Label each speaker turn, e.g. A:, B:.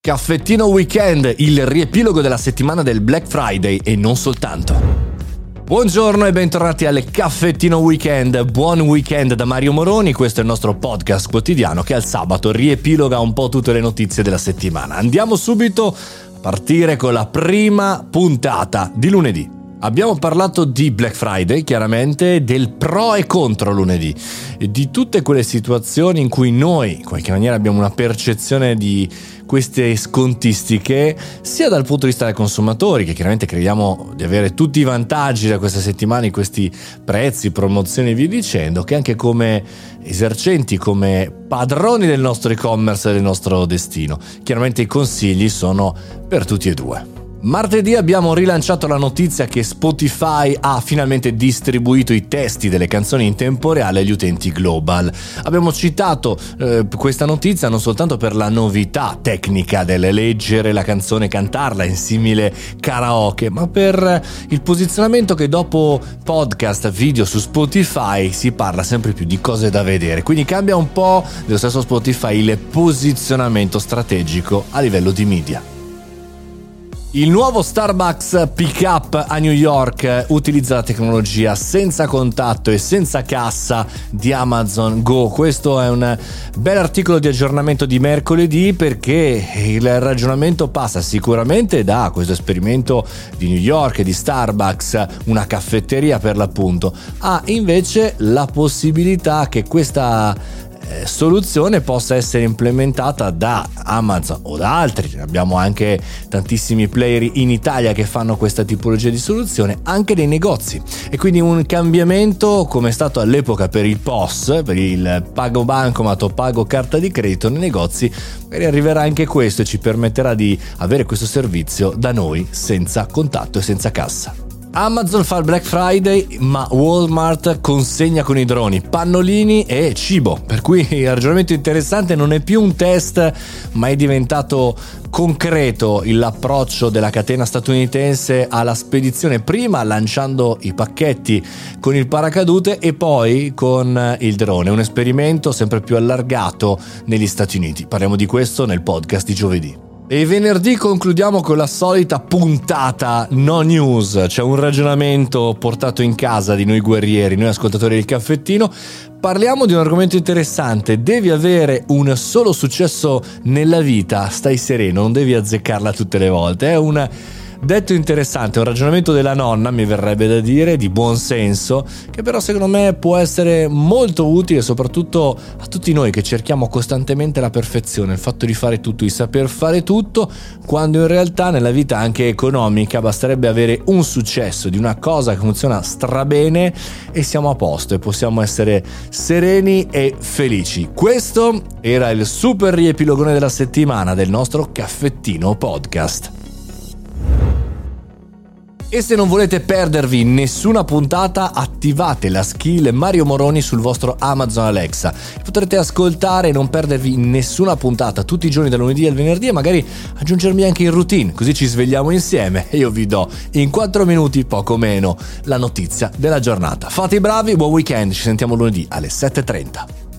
A: Caffettino Weekend, il riepilogo della settimana del Black Friday e non soltanto. Buongiorno e bentornati al Caffettino Weekend. Buon weekend da Mario Moroni, questo è il nostro podcast quotidiano che al sabato riepiloga un po' tutte le notizie della settimana. Andiamo subito a partire con la prima puntata di lunedì. Abbiamo parlato di Black Friday, chiaramente, del pro e contro lunedì, di tutte quelle situazioni in cui noi, in qualche maniera, abbiamo una percezione di queste scontistiche, sia dal punto di vista dei consumatori, che chiaramente crediamo di avere tutti i vantaggi da questa settimana in questi prezzi, promozioni e via dicendo, che anche come esercenti, come padroni del nostro e-commerce e del nostro destino. Chiaramente i consigli sono per tutti e due. Martedì abbiamo rilanciato la notizia che Spotify ha finalmente distribuito i testi delle canzoni in tempo reale agli utenti global. Abbiamo citato questa notizia non soltanto per la novità tecnica del leggere la canzone e cantarla in simile karaoke, ma per il posizionamento che dopo podcast, video su Spotify si parla sempre più di cose da vedere. Quindi cambia un po' dello stesso Spotify il posizionamento strategico a livello di media. Il nuovo Starbucks Pickup a New York utilizza la tecnologia senza contatto e senza cassa di Amazon Go. Questo è un bel articolo di aggiornamento di mercoledì, perché il ragionamento passa sicuramente da questo esperimento di New York e di Starbucks, una caffetteria per l'appunto, a invece la possibilità che questa soluzione possa essere implementata da Amazon o da altri. Abbiamo anche tantissimi player in Italia che fanno questa tipologia di soluzione anche nei negozi, e quindi un cambiamento come è stato all'epoca per il POS, per il pago bancomat o pago carta di credito nei negozi. Magari arriverà anche questo e ci permetterà di avere questo servizio da noi senza contatto e senza cassa. Amazon fa il Black Friday, ma Walmart consegna con i droni pannolini e cibo, per cui il ragionamento interessante non è più un test, ma è diventato concreto l'approccio della catena statunitense alla spedizione, prima lanciando i pacchetti con il paracadute e poi con il drone, un esperimento sempre più allargato negli Stati Uniti. Parliamo di questo nel podcast di giovedì. E venerdì concludiamo con la solita puntata no news, c'è un ragionamento portato in casa di noi guerrieri, noi ascoltatori del caffettino. Parliamo di un argomento interessante: devi avere un solo successo nella vita, stai sereno, non devi azzeccarla tutte le volte. È un detto interessante, un ragionamento della nonna, mi verrebbe da dire, di buon senso, che però secondo me può essere molto utile soprattutto a tutti noi che cerchiamo costantemente la perfezione, il fatto di fare tutto, di saper fare tutto, quando in realtà nella vita anche economica basterebbe avere un successo di una cosa che funziona strabene e siamo a posto e possiamo essere sereni e felici. Questo era il super riepilogone della settimana del nostro Caffettino Podcast. E se non volete perdervi nessuna puntata, attivate la skill Mario Moroni sul vostro Amazon Alexa. Potrete ascoltare e non perdervi nessuna puntata tutti i giorni dal lunedì al venerdì, e magari aggiungermi anche in routine, così ci svegliamo insieme e io vi do in 4 minuti, poco meno, la notizia della giornata. Fate i bravi, buon weekend, ci sentiamo lunedì alle 7:30.